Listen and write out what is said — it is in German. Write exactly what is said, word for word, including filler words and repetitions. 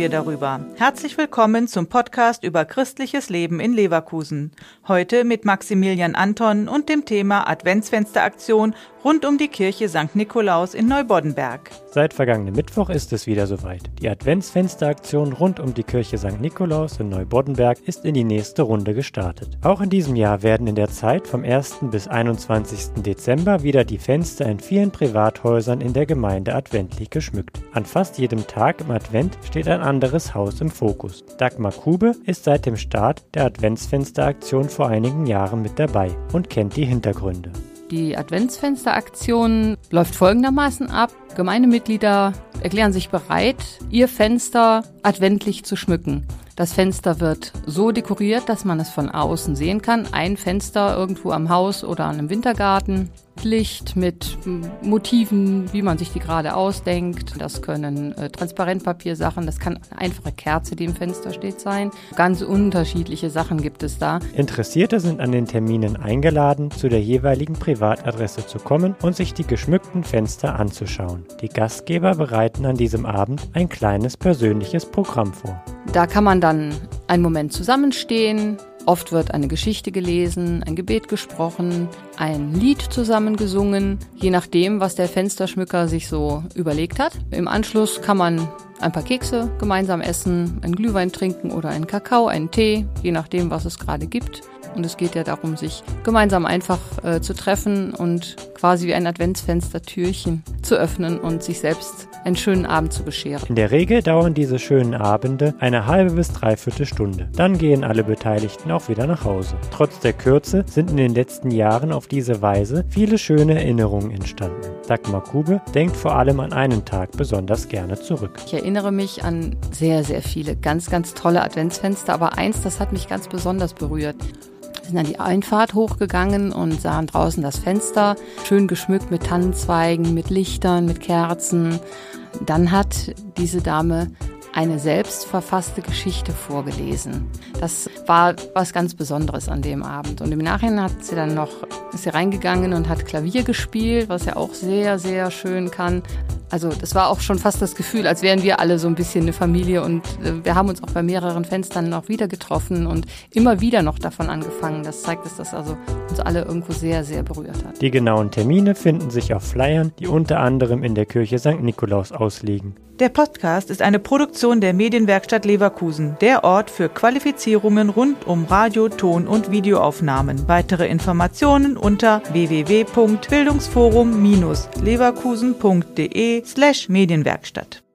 wir darüber. Herzlich willkommen zum Podcast über christliches Leben in Leverkusen. Heute mit Maximilian Anton und dem Thema Adventsfensteraktion rund um die Kirche Sankt Nikolaus in Neuboddenberg. Seit vergangenen Mittwoch ist es wieder soweit. Die Adventsfensteraktion rund um die Kirche Sankt Nikolaus in Neuboddenberg ist in die nächste Runde gestartet. Auch in diesem Jahr werden in der Zeit vom ersten bis einundzwanzigsten Dezember wieder die Fenster in vielen Privathäusern in der Gemeinde adventlich geschmückt. An fast jedem Tag im Advent steht ein anderes Haus im Fokus. Dagmar Kube ist seit dem Start der Adventsfensteraktion vor einigen Jahren mit dabei und kennt die Hintergründe. Die Adventsfensteraktion läuft folgendermaßen ab. Gemeindemitglieder erklären sich bereit, ihr Fenster adventlich zu schmücken. Das Fenster wird so dekoriert, dass man es von außen sehen kann. Ein Fenster irgendwo am Haus oder an einem Wintergarten. Licht mit Motiven, wie man sich die gerade ausdenkt. Das können äh, Transparentpapiersachen, das kann eine einfache Kerze, die im Fenster steht, sein. Ganz unterschiedliche Sachen gibt es da. Interessierte sind an den Terminen eingeladen, zu der jeweiligen Privatadresse zu kommen und sich die geschmückten Fenster anzuschauen. Die Gastgeber bereiten an diesem Abend ein kleines persönliches Programm vor. Da kann man dann einen Moment zusammenstehen. Oft wird eine Geschichte gelesen, ein Gebet gesprochen, ein Lied zusammen gesungen, je nachdem, was der Fensterschmücker sich so überlegt hat. Im Anschluss kann man ein paar Kekse gemeinsam essen, einen Glühwein trinken oder einen Kakao, einen Tee, je nachdem, was es gerade gibt. Und es geht ja darum, sich gemeinsam einfach äh, zu treffen und quasi wie ein Adventsfenstertürchen zu öffnen und sich selbst einen schönen Abend zu bescheren. In der Regel dauern diese schönen Abende eine halbe bis dreiviertel Stunde. Dann gehen alle Beteiligten auch wieder nach Hause. Trotz der Kürze sind in den letzten Jahren auf diese Weise viele schöne Erinnerungen entstanden. Dagmar Kube denkt vor allem an einen Tag besonders gerne zurück. Ich erinnere mich an sehr, sehr viele ganz, ganz tolle Adventsfenster, aber eins, das hat mich ganz besonders berührt. Wir sind an die Einfahrt hochgegangen und sahen draußen das Fenster, schön geschmückt mit Tannenzweigen, mit Lichtern, mit Kerzen. Dann hat diese Dame eine selbst verfasste Geschichte vorgelesen. Das war was ganz Besonderes an dem Abend. Und im Nachhinein hat sie dann noch, ist sie reingegangen und hat Klavier gespielt, was ja auch sehr, sehr schön kann. Also das war auch schon fast das Gefühl, als wären wir alle so ein bisschen eine Familie, und äh, wir haben uns auch bei mehreren Fenstern noch wieder getroffen und immer wieder noch davon angefangen. Das zeigt, dass das also uns alle irgendwo sehr, sehr berührt hat. Die genauen Termine finden sich auf Flyern, die unter anderem in der Kirche Sankt Nikolaus ausliegen. Der Podcast ist eine Produktion der Medienwerkstatt Leverkusen, der Ort für Qualifizierungen rund um Radio-, Ton- und Videoaufnahmen. Weitere Informationen unter w w w punkt bildungsforum Bindestrich leverkusen punkt de slash Medienwerkstatt.